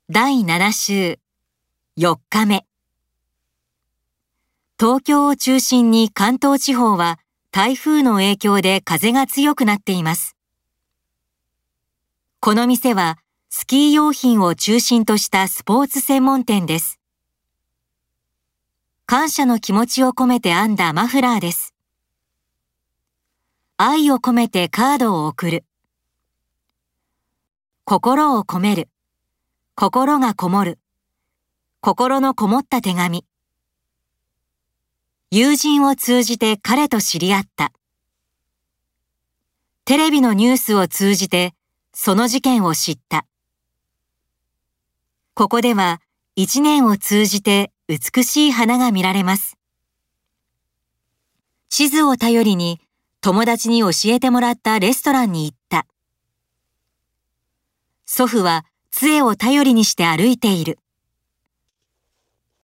第7週4日目。東京を中心に関東地方は台風の影響で風が強くなっています。この店はスキー用品を中心としたスポーツ専門店です。感謝の気持ちを込めて編んだマフラーです。愛を込めてカードを送る。心を込める。心がこもる。心のこもった手紙。友人を通じて彼と知り合った。テレビのニュースを通じてその事件を知った。ここでは一年を通じて美しい花が見られます。地図を頼りに友達に教えてもらったレストランに行った。祖父は杖を頼りにして歩いている。